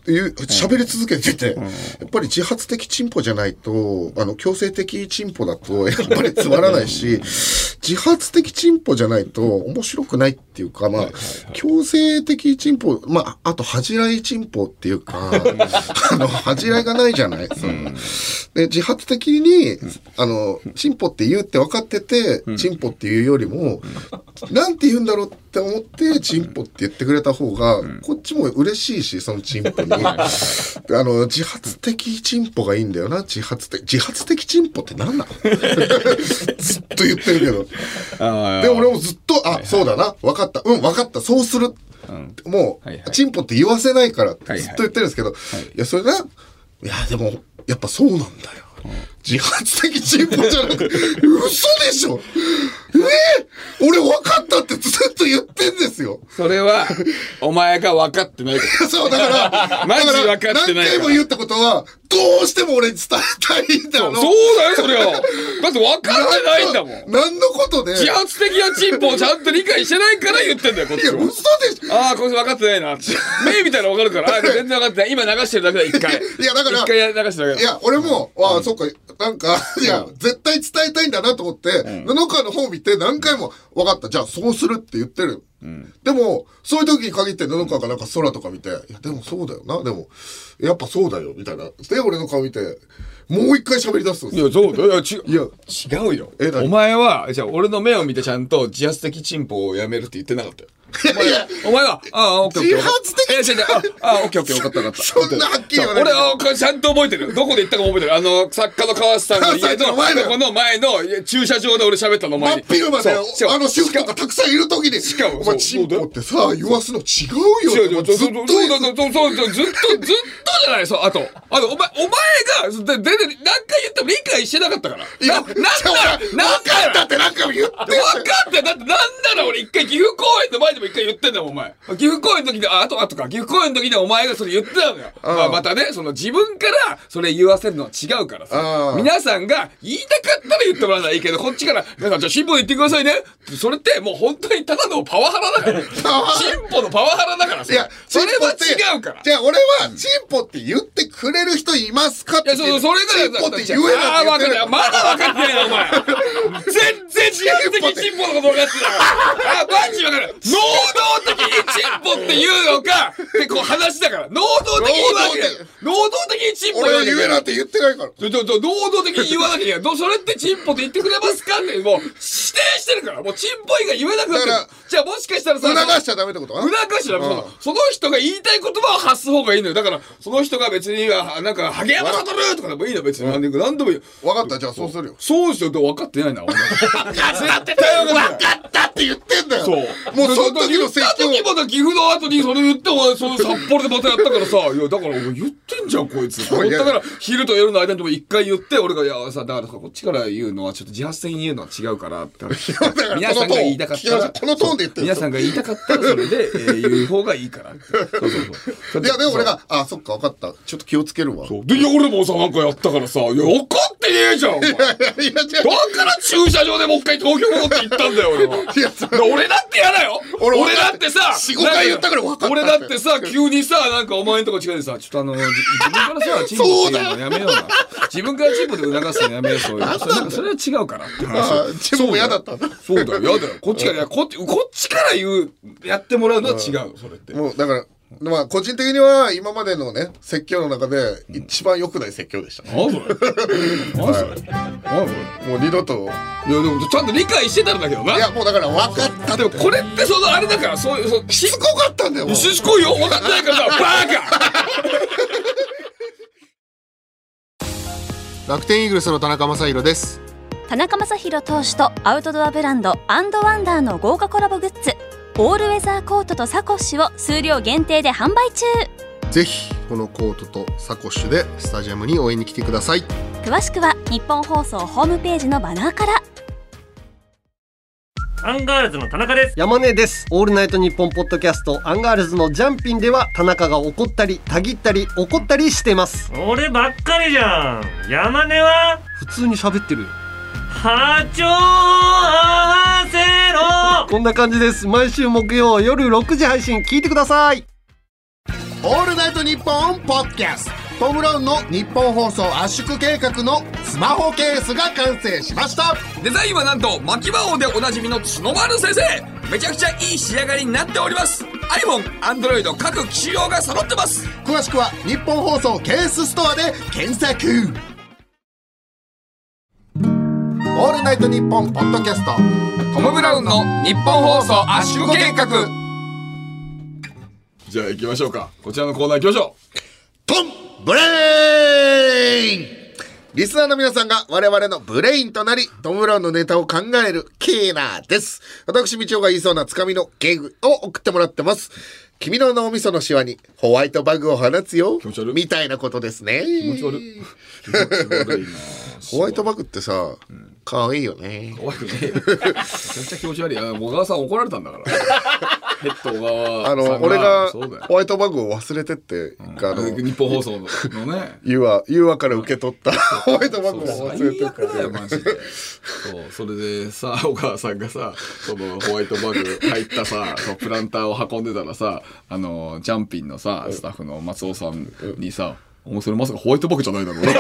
喋り続けてて、やっぱり自発的進歩じゃないと強制的進歩だとやっぱりつまらないし自発的進歩じゃないと面白くないっていうか、まあ強制的進歩、まああと恥じらい進歩っていうか恥じらいがないじゃない。で自発的に進歩って言うって分かってて進歩っていうよりもなんて言うんだろうって思って進歩って言ってくれた方がこっちも嬉しいし、その進歩に自発的進歩がいいんだよな。自発的進歩って何なのずっと言ってるけどで俺もずっとそうだな、分かった分かったそうする、もう進歩って言わせないからってずっと言ってるんですけど、いやそれな、いやでもやっぱそうなんだよ、自発的進歩じゃなくて嘘でしょ。俺分かったってずっと言ってんですよ。 それはお前が分かってないからそうだからマジ分かってないから。 何回も言うってことはどうしても俺に伝えたいんだよ。 そうだよそれは。だって分かってないんだもん。 何のことで自発的な進歩をちゃんと理解してないから言ってんだよこっちは。 いや嘘でしょ。 こいつ分かってないな目見たら分かるから。全然分かってない、今流してるだけだ一回。 いやだから一回流してるだけだ。 いや俺もそっかなんかいや絶対伝えたいんだなと思って布川の方見て何回も分かったじゃあそうするって言ってる。でもそういう時に限って布川がなんか空とか見て、いやでもそうだよな、でもやっぱそうだよみたいなで俺の顔見てもう一回喋り出すんですよ。 いやそうだよ。違うよ。お前はじゃあ俺の目を見てちゃんと自発的進歩をやめるって言ってなかったよ。お前はオッケー自発的オッケー分かった分かった。 そんなはっきり言わない。 俺ちゃんと覚えてる。どこで言ったかも覚えてる。作家の川瀬さんの家のこの前の駐車場で俺喋ったの前に。 真っ昼間で主婦とかたくさんいる時にお前進歩ってさ言わすの違うよ。ずっとずっとじゃない。あとお前が全然何回言っても理解してなかったから。 分かったって何回も言って。分かってだってなんなら俺一回岐阜公園の前で一回言ってんだもんお前。岐阜公園の時であとか岐阜公園の時でお前がそれ言ってたのよ。またねその自分からそれ言わせるのは違うからさ。皆さんが言いたかったら言ってもらうのはいいけど、こっちから皆さんじゃあ進歩言ってくださいね。それってもう本当にただのパワハラだから。進歩のパワハラだからさ。いやそれは違うから。 じゃあ俺は進歩って言ってくれる人いますかって。 それが進歩って言えな分かるよ。まだ分かってないなお前。全然自発的進歩のこと分かってない。マジ分かる。能動的に進歩って言うのかってこう話だから。能動的に言わなきゃいけない。能動的に進歩俺は言えなって言ってないから。 能動的に言わなきゃいけない。それって進歩って言ってくれますかってもう指定してるから。もう進歩以外言えなくなってる。じゃあもしかしたらさ促しちゃダメってこと？ 促しちゃダメ。その人が言いたい言葉を発す方がいいのよ。だからその人が別になんか萩山悟とかでもいいの別に何でもいいよ。 分かったじゃあそうするよ。 そうですよ。分かってないな。分かったって言ってんだよ。そう。もうその時の説教。 言った時も岐阜の後にそれ言ってお前その札幌でまたやったからさ、いやだから言ってんじゃんこいつ。だから昼と夜の間にも一回言って俺がいやさだからこっちから言うのはちょっと自発的に言うのは違うからって。皆さんが言いたかったらこのトーンで言ってる。 皆さんが言いたかったらそれで言う方がいいから。 いやでも俺がそっか分かったちょっと気をつけるわ。 で俺もさなんかやったからさいや分かってねえじゃん。だから駐車場でもう一回東京戻って行ったんだよ俺は。俺だってやだよ。俺だってさ 4,5 回言ったから分かった。 俺だってさ急にさなんかお前んとこ近いでさちょっと自分からさチンポっていうのやめような。自分からチンポで促すのやめよう。そういうそれは違うからって話。 自分も嫌だったんだ。 そうだよ嫌だよ。こっちから言うやってもらうのは違うそれって。 もうだからまあ個人的には今までのね説教の中で一番良くない説教でした。 何それ？ もう二度と。 いやでもちゃんと理解してたんだけどな。 いやもうだから分かった。 でもこれってそのあれだからそういうしつこかったんだよ。 しつこいよ分かってないからさバカ。 楽天イーグルスの田中将大です。 田中将大投手とアウトドアブランド&ワンダーの豪華コラボグッズオールウェザーコートとサコッシュを数量限定で販売中。 ぜひこのコートとサコッシュでスタジアムに応援に来てください。 詳しくは日本放送ホームページのバナーから。 アンガールズの田中です。 山根です。オールナイトニッポンポッドキャストアンガールズのジャンピンでは田中が怒ったりたぎったり怒ったりしてます。 俺ばっかりじゃん。山根は普通に喋ってるよ。 波長合わせろ。 こんな感じです。毎週木曜夜6時配信聞いてください。 オールナイトニッポンポッドキャスト。トム・ブラウンの日本放送圧縮計画のスマホケースが完成しました。 デザインはなんと牧場王でおなじみの角丸先生。めちゃくちゃいい仕上がりになっております。 iPhone、Android 各機種用が揃ってます。 詳しくは日本放送ケースストアで検索。オールナイトニッポンポッドキャスト、 トム・ブラウンの日本放送圧縮計画。じゃあ行きましょうか。こちらのコーナー行きましょう。 トンブレイン。リスナーの皆さんが我々のブレインとなり、トム・ブラウンのネタを考えるコーナーです。私みちおが言いそうなつかみのゲームを送ってもらってます。君の脳みそのシワにホワイトバグを放つよみたいなことですね。 気持ち悪い。気持ち悪いな。 ホワイトバグってさ、可愛いよね。 可愛くね。めちゃくちゃ気持ち悪い。小川さん怒られたんだから。ヘッド小川さんが。 俺がホワイトバグを忘れてって、 日本放送のね。 ユーアから受け取ったホワイトバグを忘れてって。 マジで。それでさ、小川さんがさ、そのホワイトバグ入ったさ、プランターを運んでたらさ、ジャンピンのさ、スタッフの松尾さんにさ、お前それまさかホワイトバグじゃないだろうな。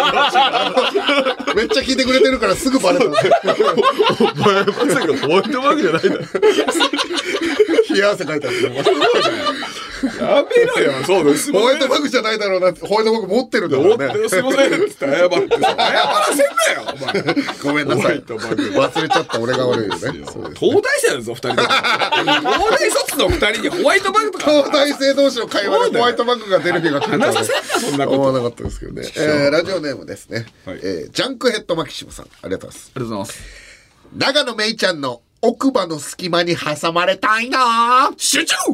めっちゃ聞いてくれてるからすぐバレた。お前まさかホワイトバグじゃないだろ。 冷や汗かいたんですよ。 やめろよ。そうです。 ホワイトバグじゃないだろうなって。ホワイトバグ持ってるんだからね。 すいませんって謝ってさ、謝らせんなよお前。 ごめんなさい。忘れちゃった俺が悪いよね。 東大生だぞ2人とも。東大卒の2人にホワイトバグとか。 東大生同士の会話でホワイトバグが出る日が来るとは話させんなそんなこと。 思わなかったですけどね。ラジオネームですね。ジャンクヘッドマキシムさん、ありがとうございます。 ありがとうございます。 長野めいちゃんの奥歯の隙間に挟まれたいな。 集中。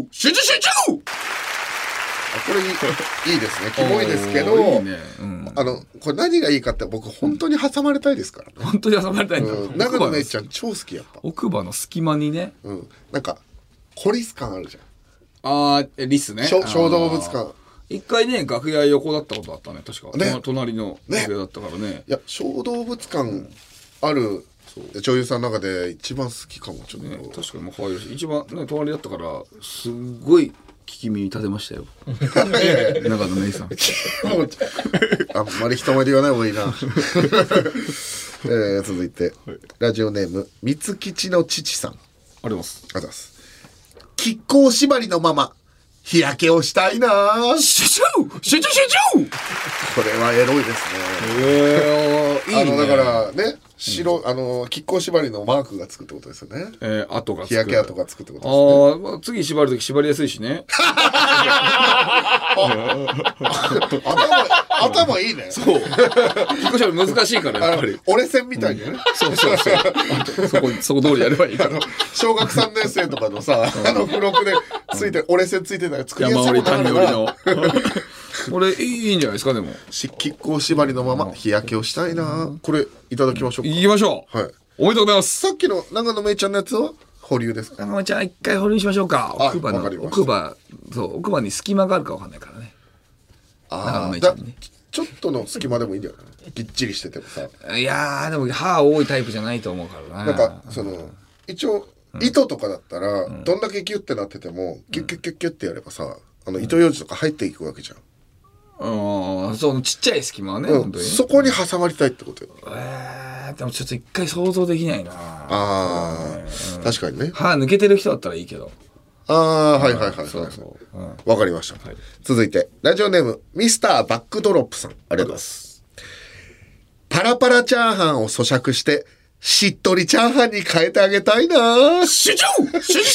これいいですね。キモいですけど、これ何がいいかって、僕本当に挟まれたいですからね。 本当に挟まれたいんだ。 長野めいちゃん超好きやっぱ。 奥歯の隙間にね。 なんかコリス感あるじゃん。 リスね。 小動物感。 一回ね、楽屋横だったことあったね、確か。隣の楽屋だったからね。 いや、小動物感ある女優さんの中で一番好きかも。ちょっと確かにもう可愛いし、一番ね隣だったからすっごい聞き耳立てましたよ。長野めいさん。 あんまり人前で言わない方がいいな。続いてラジオネーム三吉の父さん、ありがとうございます。 亀甲縛りのまま日焼けをしたいな。 集中。これはエロいですね。だからね、亀甲縛りのマークがつくってことですよね。 跡がつく。 日焼け跡がつくってことですね。 次縛るとき縛りやすいしね。 頭いいね。 そう。亀甲縛り難しいからやっぱり。 折れ線みたいにね。 そう。そこ通りやればいいから。 小学3年生とかのさ、付録でついて折れ線ついてたら作りやすい。 山折り谷折りの。これいいんじゃないですか。でも亀甲縛りのまま日焼けをしたいな。これいただきましょうか。 行きましょう。はい。おめでとうございます。 さっきの長野めいちゃんのやつは保留ですか。 長野めいちゃん一回保留しましょうか。奥歯に隙間があるかわかんないからね。長野めいちゃんにちょっとの隙間でもいいんじゃない。ぎっちりしててもさ。 いやでも歯多いタイプじゃないと思うからな。 なんか一応糸とかだったらどんだけギュッてなっててもギュッギュッギュッギュッってやればさ、糸ようじとか入っていくわけじゃん。 そのちっちゃい隙間はね、本当にそこに挟まりたいってことよ。 でもちょっと一回想像できないな。 確かにね。 歯抜けてる人だったらいいけど。 はいわかりました。続いてラジオネームミスターバックドロップさん、ありがとうございます。パラパラチャーハンを咀嚼してしっとりチャーハンに変えてあげたいな。 集中。 気持ち悪い。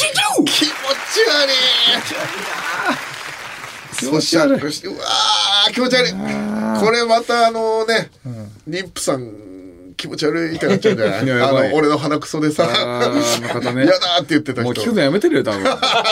咀嚼して、うわー気持ち悪い。これまた妊婦さん気持ち悪いってなっちゃうんじゃない。俺の鼻くそでさ、嫌だって言ってた人。 もう聞くのやめてるよ多分。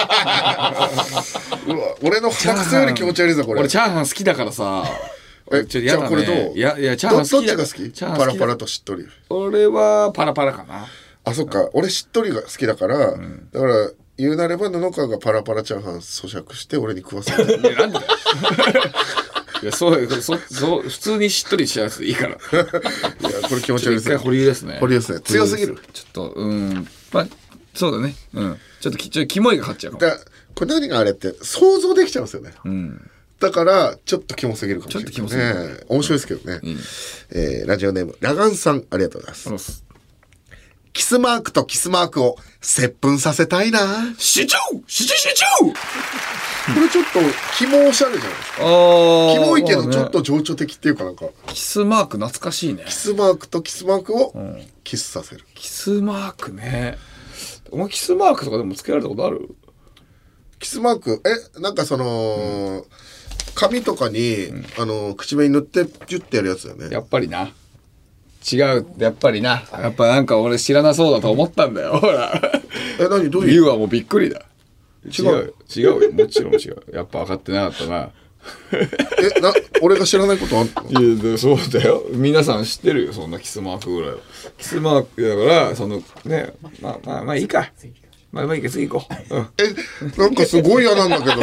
俺の鼻くそより気持ち悪いぞこれ。 俺チャーハン好きだからさ。 じゃあこれどう？ いやチャーハン好きだ。 どっちが好き？パラパラとしっとり。 俺はパラパラかな。 あ、そっか。俺しっとりが好きだから、だから言うなれば布川がパラパラチャーハン咀嚼して俺に食わせる。 いやなんでだよ。いやそう普通にしっとりしたやつでいいから。いやこれ気持ち悪いですね。 一回保留ですね。 保留ですね。強すぎる。 ちょっとまあそうだね。ちょっとキモいが勝っちゃうかも。 これ何があれって想像できちゃうんですよね。だからちょっとキモすぎるかもしれない。ちょっとキモすぎる。面白いですけどね。ラジオネームラガンさん、ありがとうございます。キスマークとキスマークを接吻させたいな。 集中これちょっとキモおしゃれじゃないですか。キモいけどちょっと情緒的っていうかなんか。 キスマーク懐かしいね。 キスマークとキスマークをキスさせる。 キスマークね。お前キスマークとかでもつけられたことある？ キスマークなんかその、紙とかに、口紅塗ってピュッてやるやつだよね。 やっぱりな。違う、やっぱりな。やっぱなんか俺知らなそうだと思ったんだよ。ほら。 何どういう？ ユウはもうびっくりだ。 違うよ。もちろん違う。やっぱ分かってなかったな。 俺が知らないことあったの？ いや、そうだよ。皆さん知ってるよ、そんなキスマークぐらいは。キスマークだから、そのね、まあいいか。まあいいか、次行こう。なんかすごい嫌なんだけど。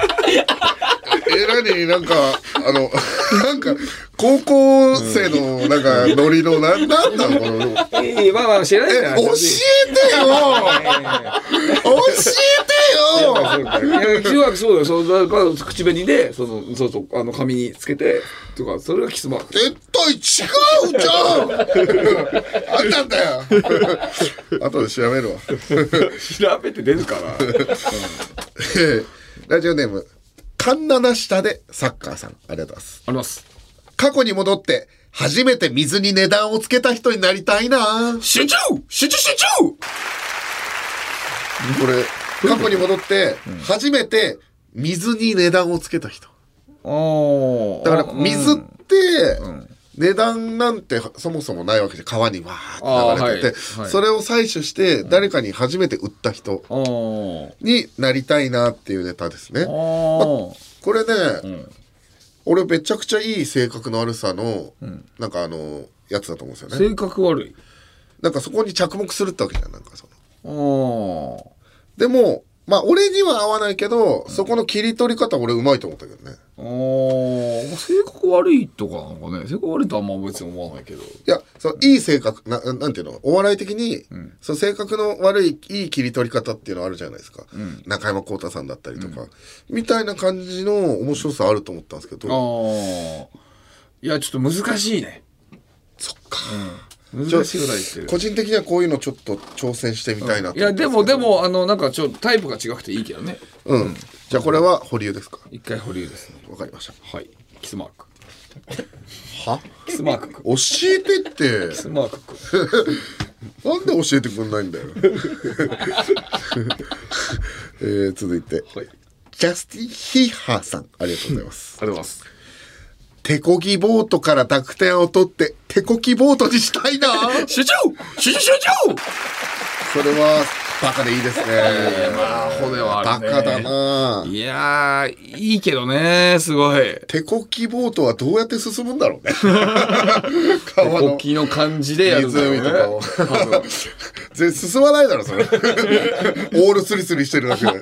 何なんかなんか高校生のなんかノリのなんだこのまあ知らないから教えてよそうだよ。そう口紅でそう紙につけてとか、それがキスマーク。 絶対違うじゃん。あんなんだよ。後で調べるわ。 調べて出るかな。 ラジオネームカンナナ下でサッカーさん、ありがとうございます。 あります。 過去に戻って初めて水に値段をつけた人になりたいな。 集中これ過去に戻って初めて水に値段をつけた人。だから水って値段なんてそもそもないわけで、川にわーって流れてて、それを採取して誰かに初めて売った人になりたいなっていうネタですね。これね、俺めちゃくちゃいい性格の悪さのなんかやつだと思うんですよね。 性格悪い。 なんかそこに着目するってわけじゃん。なんかそのでもまあ俺には合わないけど、そこの切り取り方俺うまいと思ったけどね。 性格悪いとかなんかね、性格悪いとあんま別に思わないけど。いや、いい性格なんていうの、お笑い的に、その性格の悪いいい切り取り方っていうのあるじゃないですか。中山浩太さんだったりとか、みたいな感じの面白さあると思ったんですけど。 いや、ちょっと難しいね。 そっか。 難しいぐらい言ってる。 個人的にはこういうのちょっと挑戦してみたいなと。 いやでもなんかタイプが違くていいけどね。 じゃあこれは保留ですか？ 一回保留ですね。 わかりました。 はい。キスマーク。 は？ キスマーク。 教えてって。 キスマーク。 なんで教えてくんないんだよ。続いて、ジャスティヒハーさん、ありがとうございます。 ありがとうございます。 手こぎボートから濁点を取って手こきボートにしたいな。 集中それはバカでいいですね。 まあ骨はあるね。 バカだな。 いやーいいけどね、すごい。 手こきボートはどうやって進むんだろうね。 手こきの感じでやるんだよね。 湖とかを進まないだろそれ。オールスリスリしてるだけで。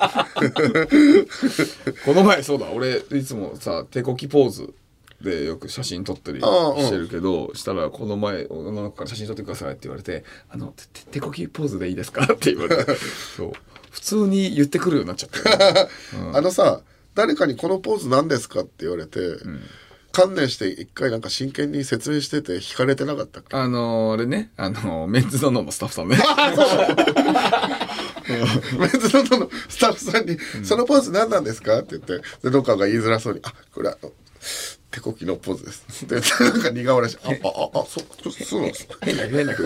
この前そうだ、俺いつもさ手こきポーズでよく写真撮ったりしてるけど、したらこの前女の子から写真撮ってくださいって言われて、手こきポーズでいいですかって言われて、そう普通に言ってくるようになっちゃった、 さ、誰かにこのポーズ何ですかって言われて、観念して一回なんか真剣に説明してて引かれてなかったっけ？ あれね、メンズノンノのスタッフさんね。 メンズノンノのスタッフさんにそのポーズ何なんですかって言って、でどっかが言いづらそうに、これ手こきのポーズですでなんか苦笑いして、そうなんです。 変な空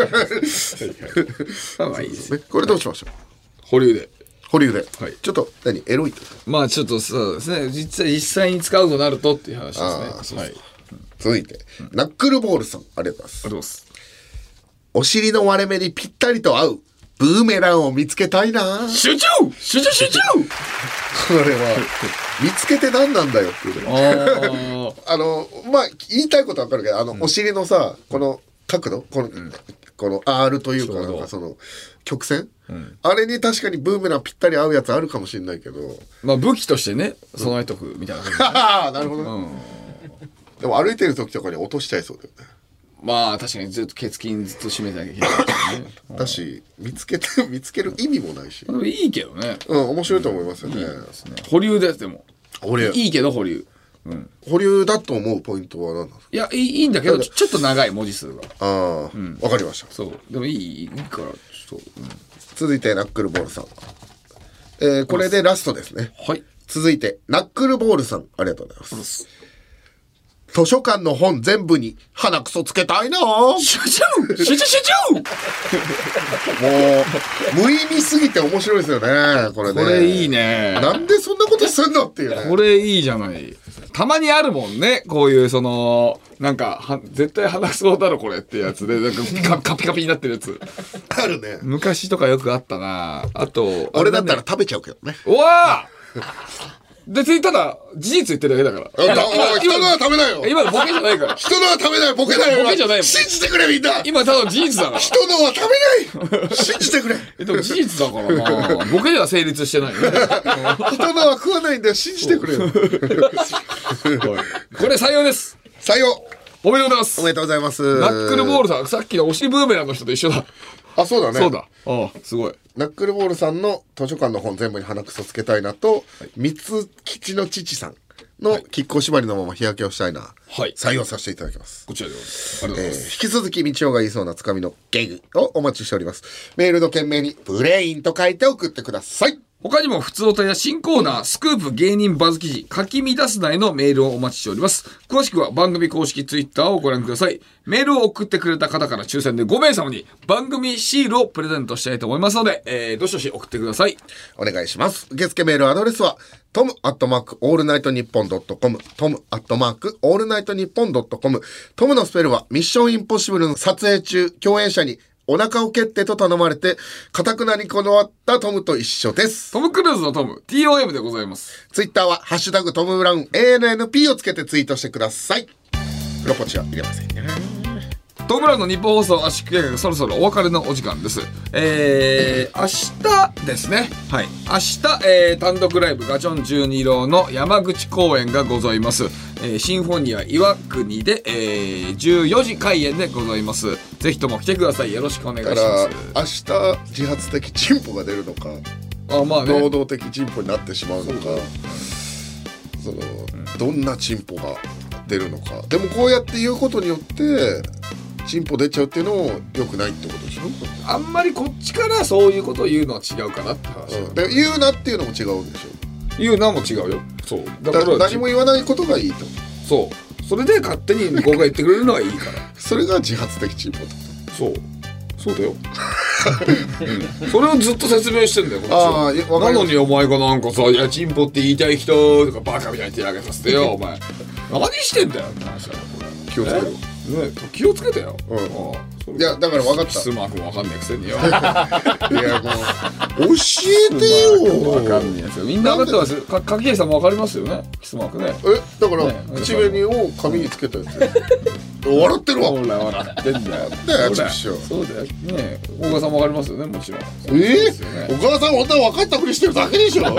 気。まあいいですね。 これどうしましょう？ 保留で。 ちょっとエロいと。 まあちょっとそうですね。実際に使うとなるとっていう話ですね。はい。 続いてナックルボールさん、ありがとうございます。 ありがとうございます。 お尻の割れ目にぴったりと合うブーメランを見つけたいな。 集中。 これは見つけて何なんだよっていう。まあ言いたいことは分かるけど、お尻のさこの角度、この R というか、なんかその曲線、あれに確かにブーメランぴったり合うやつあるかもしれないけど、 まあ武器としてね備えとくみたいな。 なるほど。でも歩いてる時とかに落としちゃいそうだよね。 まあ確かにずっと血筋ずっと締めてなきゃいけないねだし見つける意味もないし、 でもいいけどね、 面白いと思いますよね。 保留でやっても保留いいけど保留、 保留だと思うポイントは何なんですか？ いやいいんだけどちょっと長い文字数が。 わかりました。 そうでもいいからちょっと、 続いてナックルボールさん、これでラストですね。 はい。 続いてナックルボールさん、ありがとうございます。図書館の本全部に鼻くそつけたいな。 集中もう無意味すぎて面白いですよね、これね。 これいいね。 なんでそんなことすんのっていうね。 これいいじゃない。たまにあるもんね、こういうそのなんか絶対鼻くそだろこれってやつで、なんかカピカピになってるやつあるね。 昔とかよくあったな。あと俺だったら食べちゃうけどね。 うわ別にただ事実言ってるだけだから。 人のは食べないよ。 今のボケじゃないから。 人のは食べない、ボケだよ。 ボケじゃないもん。 信じてくれみんな。 今ただ事実だから。 人のは食べない。信じてくれ。 でも事実だからな。ボケでは成立してないよね。 人のは食わないんだよ。信じてくれよ。これ採用です。 採用。 おめでとうございます。 おめでとうございます。 ナックルボールさん、さっきのお尻ブーメランの人と一緒だ。 あ、そうだね。 そうだ。すごい。 ナックルボールさんの図書館の本全部に鼻くそつけたいなと、三吉の父さんの亀甲縛りのまま日焼けをしたいな、採用させていただきます。 こちらでございます。ありがとうございます。 引き続き道夫が言いそうなつかみのゲグをお待ちしております。メールの件名にブレインと書いて送ってください。 他にも普通おたや新コーナー、スクープ芸人バズ記事、書き乱す内のメールをお待ちしております。詳しくは番組公式ツイッターをご覧ください。メールを送ってくれた方から抽選で5名様に番組シールをプレゼントしたいと思いますので、どしどし送ってください。 お願いします。受付メールアドレスはtom@allnightnippon.com、tom@allnightnippon.com。トムのスペルはミッションインポッシブルの撮影中、共演者にお腹を蹴ってと頼まれて、固くなにこだわったトムと一緒です。 トム・クルーズのトム、TOM でございます。 ツイッターは、ハッシュタグトム・ブラウン、ANNP をつけてツイートしてください。プロポチは入れませんね。 トム・ブラウンの日本放送圧縮計画、そろそろお別れのお時間です。明日ですね。はい。明日、単独ライブガチョン12郎の山口公演がございます。シンフォニア岩国で、14時開演でございます。ぜひとも来てください。よろしくお願いします。 明日自発的進歩が出るのか、 まあね、 能動的進歩になってしまうのか、どんな進歩が出るのか。でもこうやって言うことによって進歩出ちゃうっていうのも良くないってことでしょ。 あんまりこっちからそういうことを言うのは違うかなって話、 で言うなっていうのも違うんでしょ。 言うのも違うよ。そうだから何も言わないことがいいと。 そうそれで勝手に向こうが言ってくれるのはいいからそれが自発的進歩ってこと。 そうだよ、それをずっと説明してんだよこっちは。なのにお前がなんかさ、いや進歩って言いたい人とかバカみたいに手挙げさせてよお前何してんだよって話だよ。 気をつけろ。 気をつけてよ。 いやだから分かった。 キスマークも分かんないくせによ。 いやもう教えてよ。 分かんないですよ。みんな分かってます。かきえさんも分かりますよね。キスマークね。 だから口紅を髪につけたやつ。笑ってるわ。 ほら笑ってんだよ。そうだよ。ねお母さんも分かりますよねもちろん。お母さん本当は分かったふりしてるだけでしょ。 残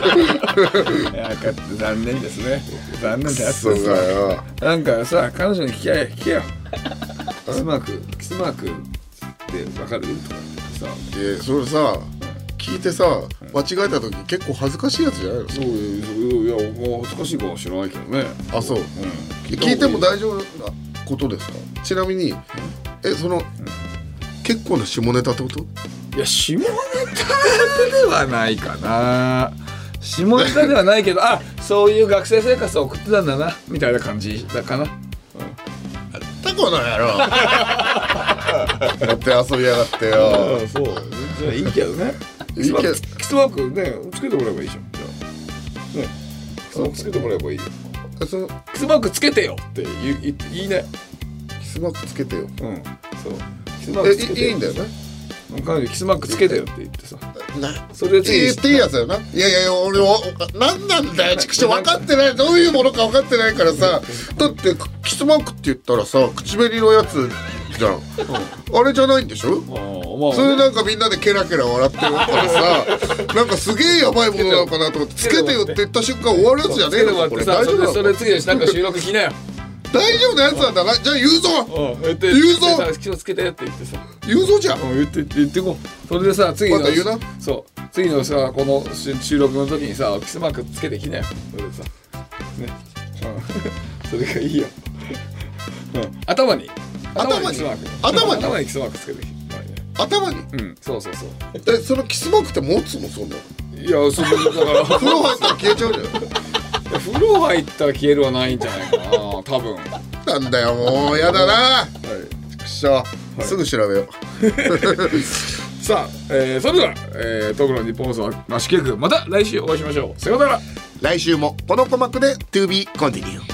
念ですね。残念だよ。 そうだよ。 なんかさ彼女に聞けよ。キスマークって分かるとかさ。 それさ聞いてさ間違えた時結構恥ずかしいやつじゃないの。 そういやもう恥ずかしいかもしれないけどね。 あそう。聞いても大丈夫なことですか。ちなみにその結構な下ネタってこと。 いや下ネタではないかな。下ネタではないけどそういう学生生活を送ってたんだなみたいな感じだかな。 この野郎やって遊びやがってよ。 そうじゃあいいけどね。キスマークねつけてもらえばいいじゃん。じゃあねキスマークつけてもらえばいいよ。キスマークつけてよっていいね。 キスマークつけてよ。そうキスマークつけてよ。 いいんだよね。 彼女キスマークつけてよって言ってさ。それ言っていいやつだよな。いや俺何なんだよちくしょ分かってない。どういうものか分かってないからさ。だってキスマークって言ったらさ口紅のやつじゃん。あれじゃないんでしょ。それなんかみんなでケラケラ笑ってるからさなんかすげえやばいものなのかなと思ってつけてよって言った瞬間終わるやつじゃねえのかこれ。大丈夫。 それ次でなんか収録来なよ。 大丈夫なやつなんだな。じゃあ言うぞ。 言うぞ。気をつけてって言ってさ。 言うぞじゃん。 言ってこう。それでさ次の言うな。 そう次のさこの収録の時にさキスマークつけてきなよ。それでさね。それがいいよ。頭にキスマーク。頭にキスマークつけてき。 頭に。 そう。 そのキスマークって持つのそんな。 いやそれだから風呂入ったら消えちゃうじゃん。 風呂入ったら消えるはないんじゃないかな多分。 なんだよもうやだな。くしょすぐ調べよう。 さあ、それでは、トークの日本放送はマシケクまた来週お会いしましょう。さようなら。 来週もこの鼓膜で To be continue。